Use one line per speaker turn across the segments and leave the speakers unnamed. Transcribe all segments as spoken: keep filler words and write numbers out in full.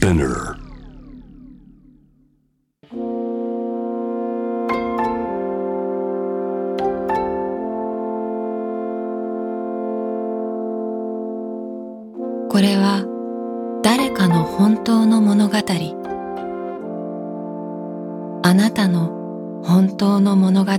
Spinner。
これは誰かの本当の物語。あなたの本当の物語。エ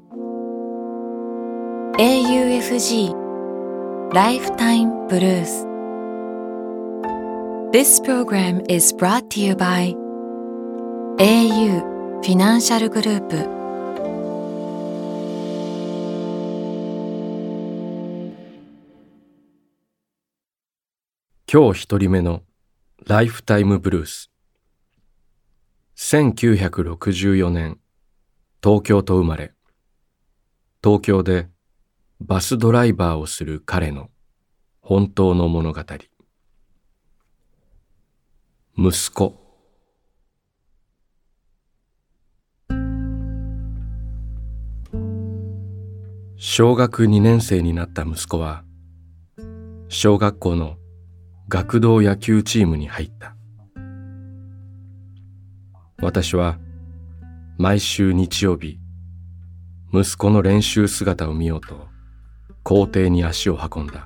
ーユーエフジー Lifetime Blues。 This program is brought to you by エーユー Financial Group。
今日一人目のライフタイムブルース。せんきゅうひゃくろくじゅうよねん、東京と生まれ、東京でバスドライバーをする彼の本当の物語。息子。小学にねん生になった息子は、小学校の学童野球チームに入った。私は毎週日曜日、息子の練習姿を見ようと校庭に足を運んだ。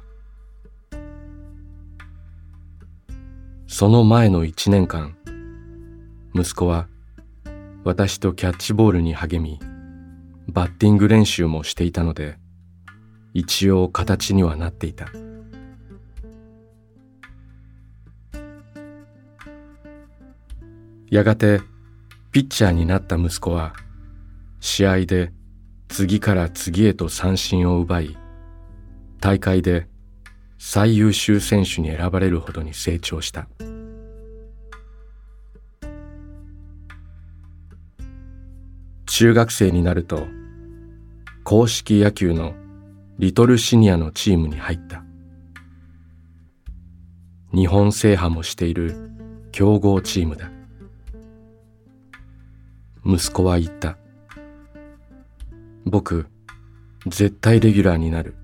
その前の一年間、息子は私とキャッチボールに励み、バッティング練習もしていたので、一応形にはなっていた。やがてピッチャーになった息子は試合で次から次へと三振を奪い、大会で最優秀選手に選ばれるほどに成長した。中学生になると硬式野球のリトルシニアのチームに入った。日本制覇もしている強豪チームだ。息子は言った。僕、絶対レギュラーになる。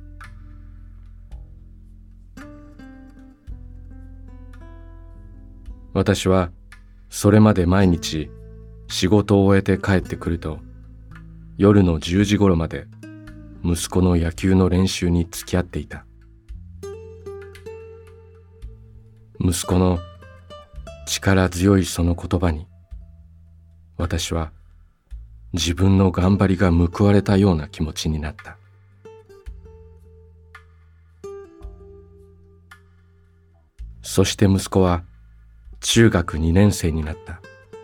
私はそれまで毎日仕事を終えて帰ってくると、夜のじゅうじ頃まで息子の野球の練習に付き合っていた。息子の力強いその言葉に、私は自分の頑張りが報われたような気持ちになった。そして息子は中学にねん生になった。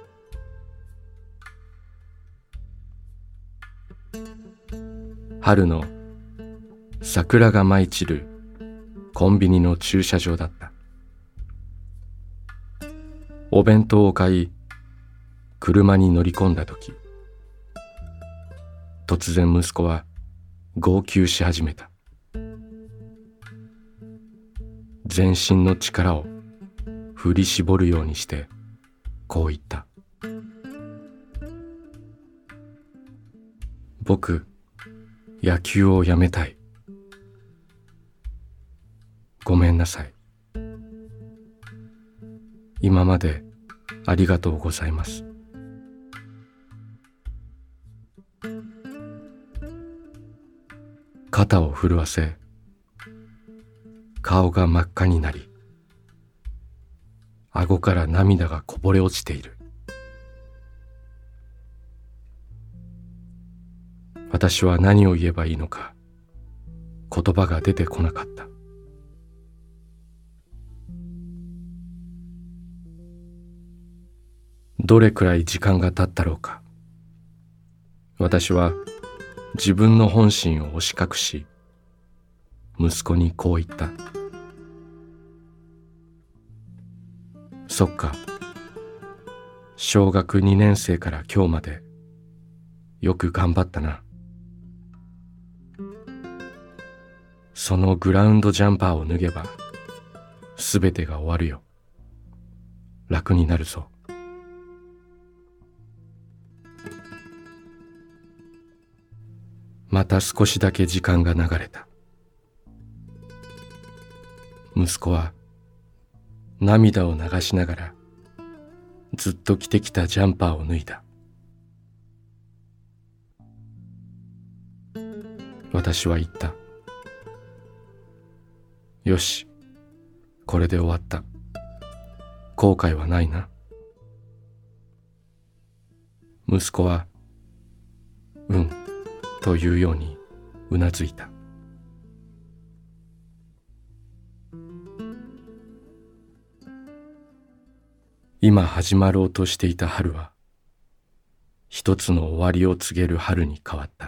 春の桜が舞い散るコンビニの駐車場だった。お弁当を買い、車に乗り込んだとき、突然息子は号泣し始めた。全身の力を振り絞るようにしてこう言った。僕、野球をやめたい。ごめんなさい。今までありがとうございます。肩を震わせ、顔が真っ赤になり、顎から涙がこぼれ落ちている。私は何を言えばいいのか、言葉が出てこなかった。どれくらい時間が経ったろうか。私は自分の本心を押し隠し、息子にこう言った。そっか。小学にねん生から今日までよく頑張ったな。そのグラウンドジャンパーを脱げばすべてが終わるよ。楽になるぞ。また少しだけ時間が流れた。息子は涙を流しながらずっと着てきたジャンパーを脱いだ。私は言った。よし、これで終わった。後悔はないな。息子は、うん、というようにうなずいた。今始まろうとしていた春は、一つの終わりを告げる春に変わった。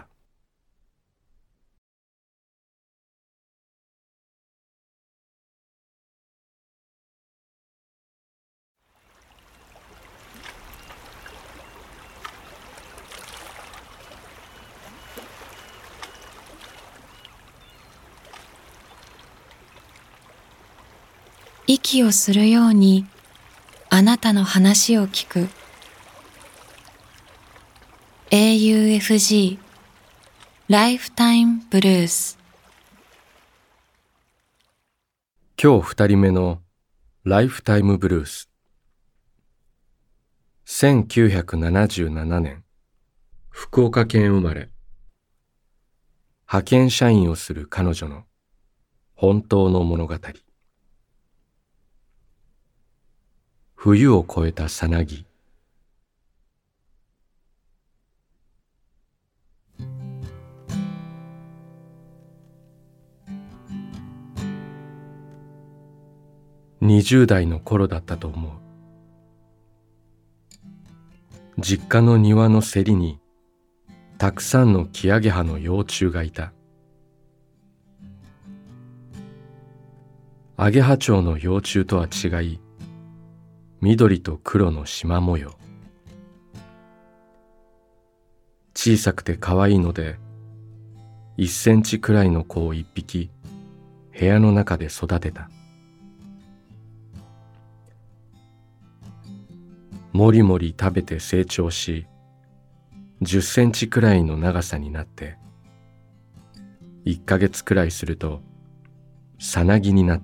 息をするようにあなたの話を聞く エーユーエフジー ライフタイムブルース。
今日二人目のライフタイムブルース。せんきゅうひゃくななじゅうななねん、福岡県生まれ。派遣社員をする彼女の本当の物語。冬を越えたさなぎ。にじゅう代の頃だったと思う。実家の庭のせりにたくさんのキアゲハの幼虫がいた。アゲハチョウの幼虫とは違い、緑と黒の縞模様。小さくて可愛いので、いっセンチくらいの子を一匹部屋の中で育てた。もりもり食べて成長し、じゅっセンチくらいの長さになって、いっかげつくらいするとさなぎになった。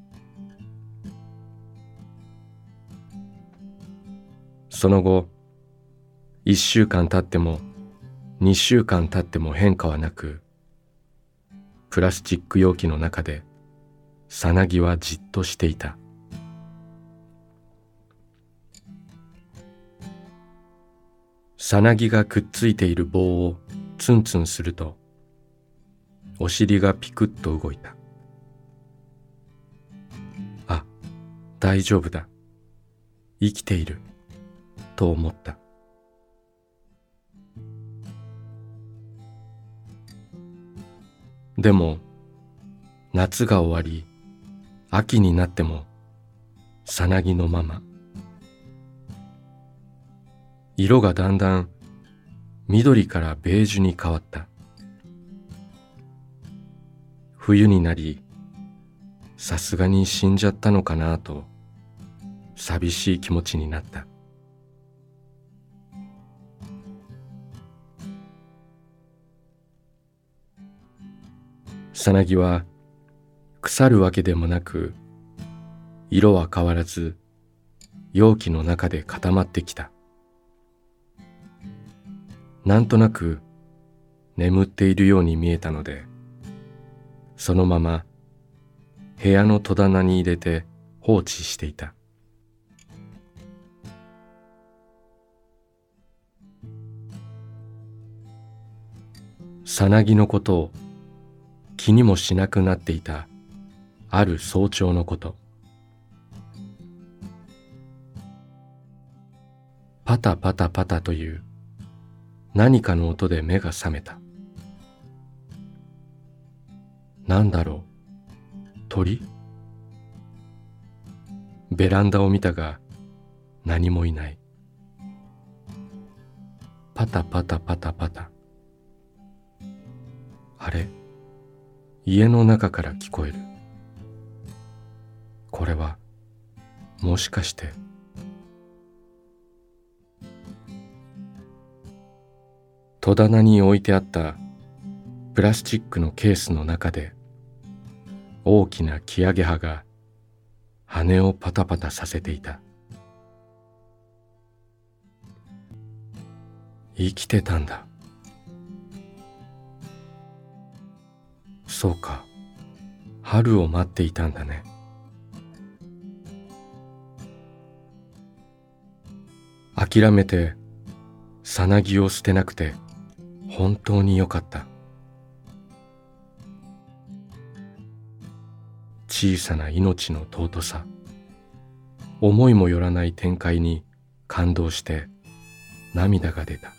その後、いっしゅうかん経ってもにしゅうかん経っても変化はなく、プラスチック容器の中でさなぎはじっとしていた。さなぎがくっついている棒をツンツンすると、お尻がピクッと動いた。あ、大丈夫だ。生きている。と思った。でも、夏が終わり、秋になっても、さなぎのまま。色がだんだん緑からベージュに変わった。冬になり、さすがに死んじゃったのかなと、寂しい気持ちになった。さなぎは腐るわけでもなく、色は変わらず容器の中で固まってきた。なんとなく眠っているように見えたので、そのまま部屋の戸棚に入れて放置していた。さなぎのことを気にもしなくなっていたある早朝のこと。パタパタパタという何かの音で目が覚めた。なんだろう、鳥？ベランダを見たが何もいない。パタパタパタパタ。あれ？家の中から聞こえる。これはもしかして。戸棚に置いてあったプラスチックのケースの中で、大きなキアゲハが羽をパタパタさせていた。 生きてたんだ。そうか、春を待っていたんだね。諦めてさなぎを捨てなくて本当によかった。小さな命の尊さ、思いもよらない展開に感動して涙が出た。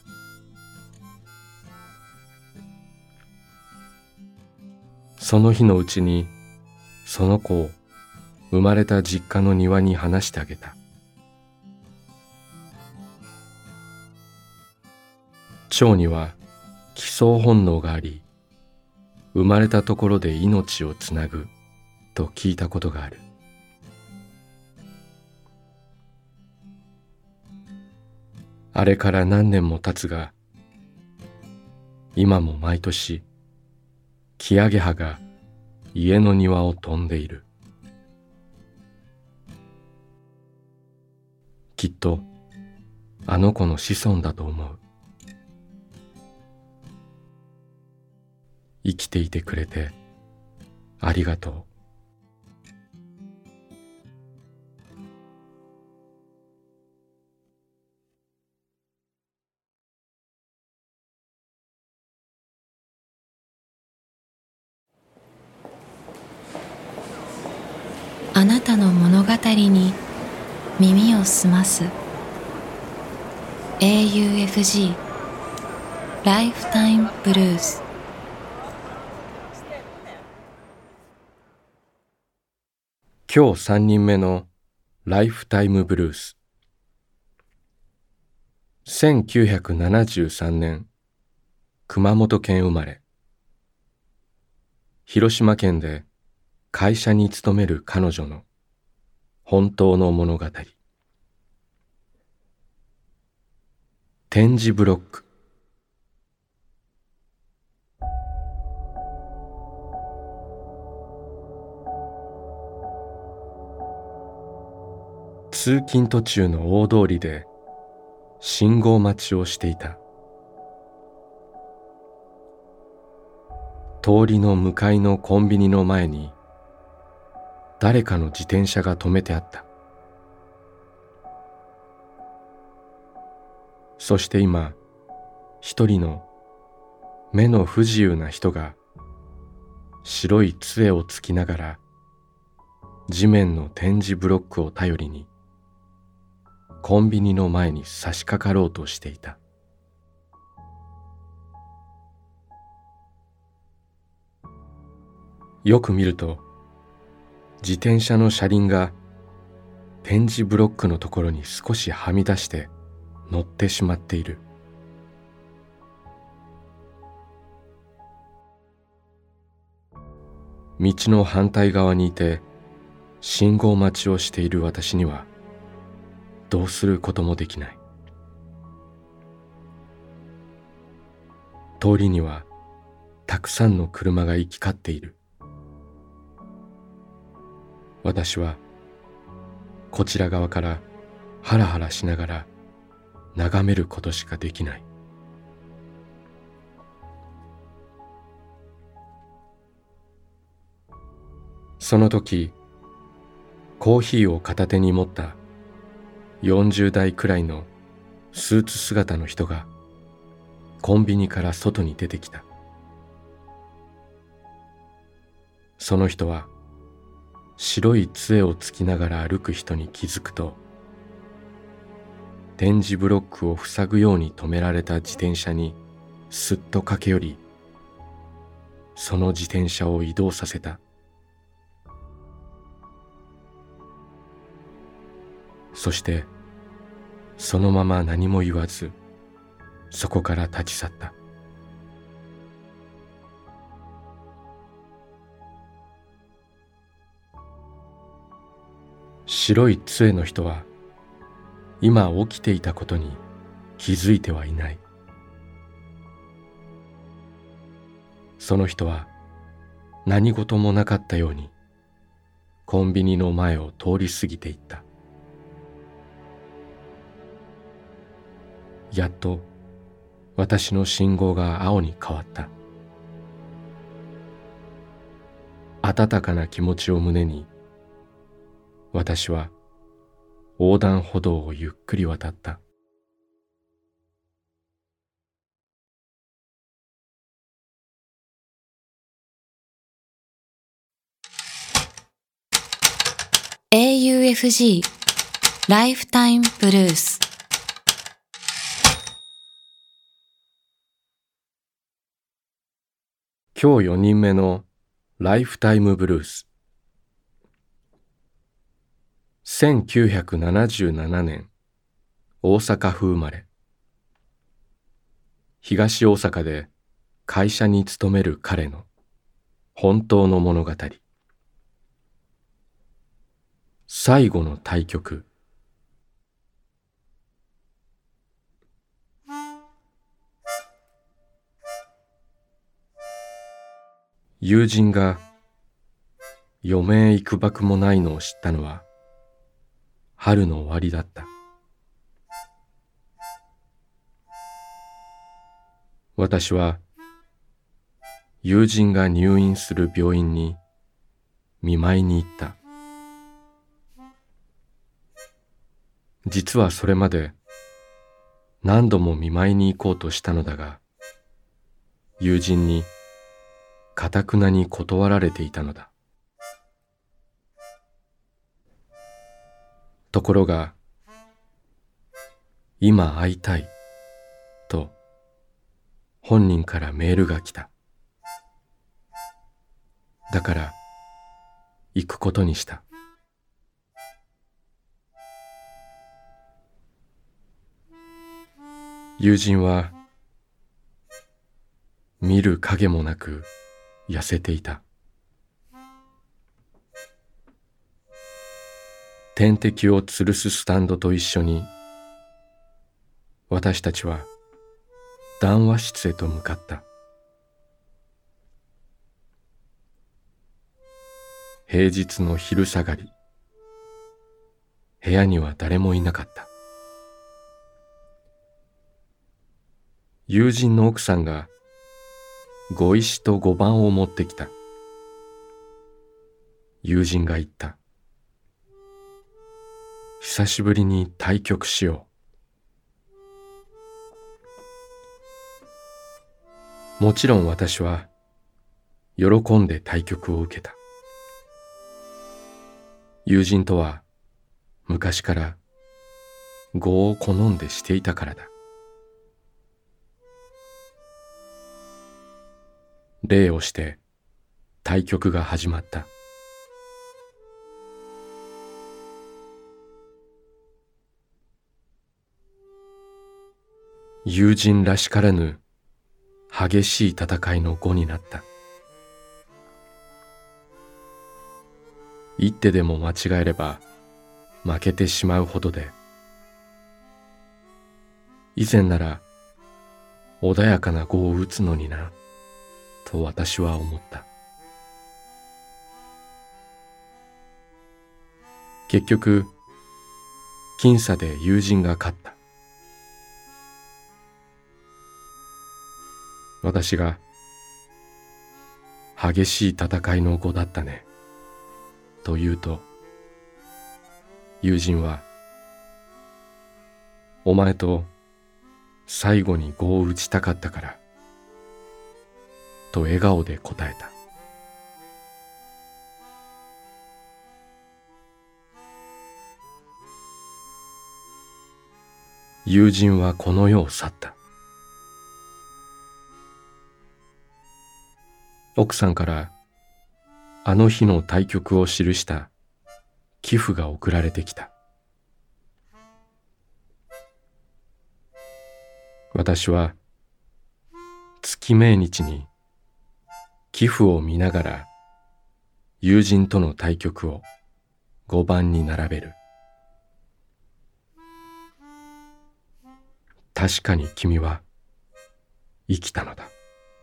その日のうちにその子を生まれた実家の庭に放してあげた。蝶には帰巣本能があり、生まれたところで命をつなぐと聞いたことがある。あれから何年も経つが、今も毎年キアゲハが家の庭を飛んでいる。きっとあの子の子孫だと思う。生きていてくれてありがとう。
あなたの物語に耳を澄ます エーユーエフジー ライフタイムブルース。
今日三人目のライフタイムブルース。せんきゅうひゃくななじゅうさんねん、熊本県生まれ。広島県で会社に勤める彼女の本当の物語。点字ブロック。通勤途中の大通りで信号待ちをしていた。通りの向かいのコンビニの前に誰かの自転車が止めてあった。そして今、一人の目の不自由な人が白い杖をつきながら地面の点字ブロックを頼りにコンビニの前に差し掛かろうとしていた。よく見ると自転車の車輪が点字ブロックのところに少しはみ出して乗ってしまっている。道の反対側にいて信号待ちをしている私にはどうすることもできない。通りにはたくさんの車が行き交っている。私はこちら側からハラハラしながら眺めることしかできない。その時、コーヒーを片手に持ったよんじゅう代くらいのスーツ姿の人がコンビニから外に出てきた。その人は白い杖をつきながら歩く人に気づくと、点字ブロックを塞ぐように止められた自転車にすっと駆け寄り、その自転車を移動させた。そしてそのまま何も言わずそこから立ち去った。白い杖の人は今起きていたことに気づいてはいない。その人は何事もなかったようにコンビニの前を通り過ぎていった。やっと私の信号が青に変わった。温かな気持ちを胸に、私は横断歩道をゆっくり渡った。
エーユーエフジー ライフタイムブルース。
今日よにんめのライフタイムブルース。せんきゅうひゃくななじゅうななねん、大阪府生まれ。東大阪で会社に勤める彼の本当の物語。最後の対局。友人が余命いくばくもないのを知ったのは春の終わりだった。私は友人が入院する病院に見舞いに行った。実はそれまで何度も見舞いに行こうとしたのだが、友人に頑なに断られていたのだ。ところが、今会いたいと本人からメールが来た。だから行くことにした。友人は見る影もなく痩せていた。点滴を吊るすスタンドと一緒に私たちは談話室へと向かった。平日の昼下がり、部屋には誰もいなかった。友人の奥さんが碁石と碁盤を持ってきた。友人が言った。久しぶりに対局しよう。もちろん私は喜んで対局を受けた。友人とは昔から碁を好んでしていたからだ。礼をして対局が始まった。友人らしからぬ激しい戦いの碁になった。一手でも間違えれば負けてしまうほどで、以前なら穏やかな碁を打つのになと私は思った。結局僅差で友人が勝った。私が激しい戦いの碁だったねと言うと、友人はお前と最後に碁を打ちたかったからと笑顔で答えた。友人はこの世を去った。奥さんからあの日の対局を記した寄付が送られてきた。私は月命日に寄付を見ながら友人との対局を碁盤に並べる。確かに君は生きたのだ。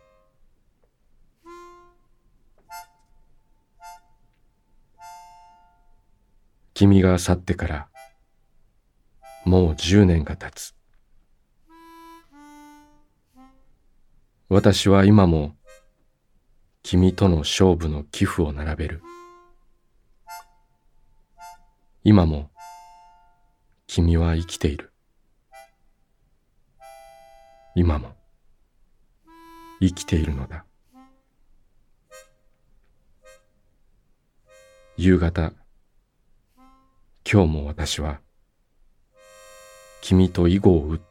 君が去ってからもう十年が経つ。 私は今も君との勝負の棋譜を並べる。今も君は生きている。今も生きているのだ。夕方、今日も私は君と囲碁を打った。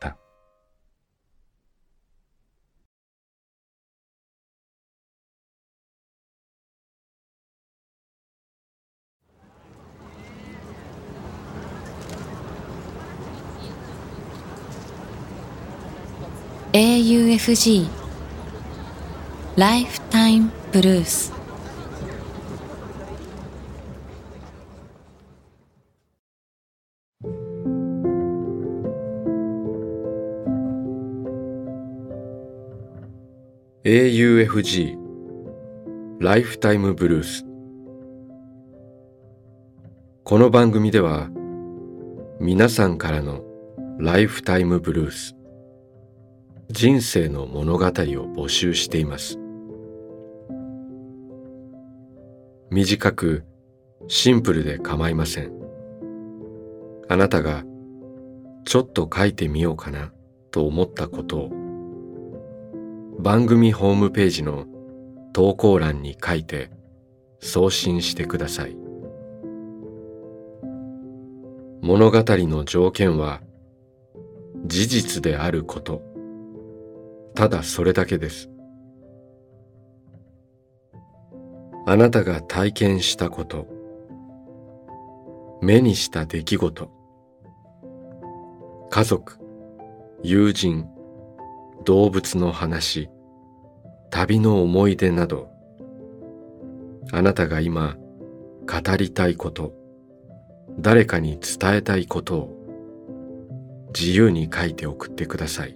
エーユーエフジー Lifetime Blues。
エーユーエフジー Lifetime Blues。 この番組では皆さんからのライフタイムブルース、人生の物語を募集しています。短くシンプルで構いません。あなたがちょっと書いてみようかなと思ったことを番組ホームページの投稿欄に書いて送信してください。物語の条件は事実であること、ただそれだけです。あなたが体験したこと、目にした出来事、家族、友人、動物の話、旅の思い出など、あなたが今語りたいこと、誰かに伝えたいことを自由に書いて送ってください。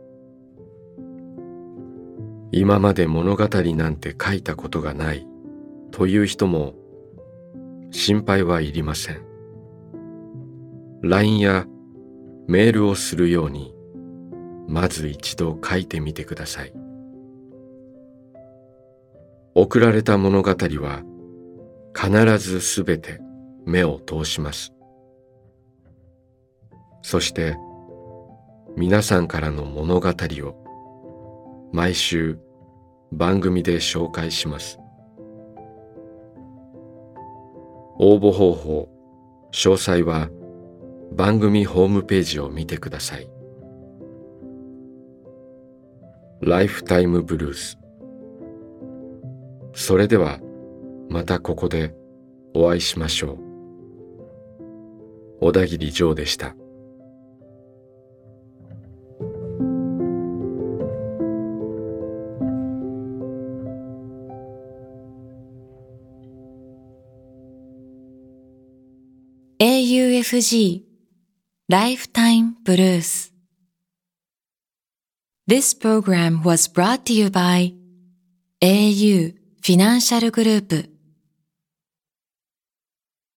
今まで物語なんて書いたことがないという人も心配はいりません。ライン やメールをするようにまず一度書いてみてください。送られた物語は必ずすべて目を通します。そして皆さんからの物語を毎週番組で紹介します。応募方法、詳細は番組ホームページを見てください。ライフタイムブルース。それではまたここでお会いしましょう。小田切ジョーでした。
エーユーエフジーLifetime Blues. This program was brought to you by エーユー Financial Group